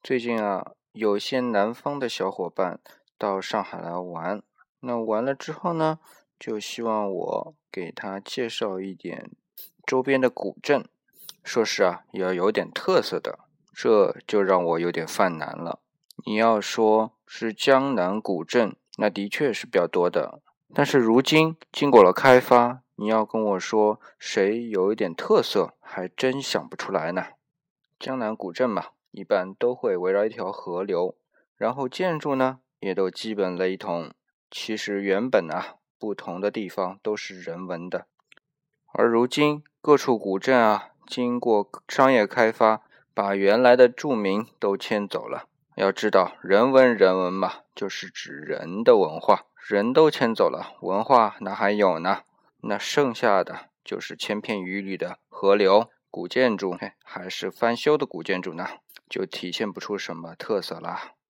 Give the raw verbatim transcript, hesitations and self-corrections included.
最近啊，有些南方的小伙伴到上海来玩，那玩了之后呢，就希望我给他介绍一点周边的古镇，说是啊，也要有点特色的，这就让我有点犯难了。你要说是江南古镇，那的确是比较多的，但是如今经过了开发，你要跟我说谁有一点特色，还真想不出来呢。江南古镇嘛，一般都会围绕一条河流，然后建筑呢也都基本雷同。其实原本啊，不同的地方都是人文的，而如今各处古镇啊，经过商业开发，把原来的住民都迁走了。要知道，人文人文嘛，就是指人的文化，人都迁走了，文化哪还有呢？那剩下的就是千篇一律的河流。古建筑还是翻修的古建筑呢，就体现不出什么特色啦。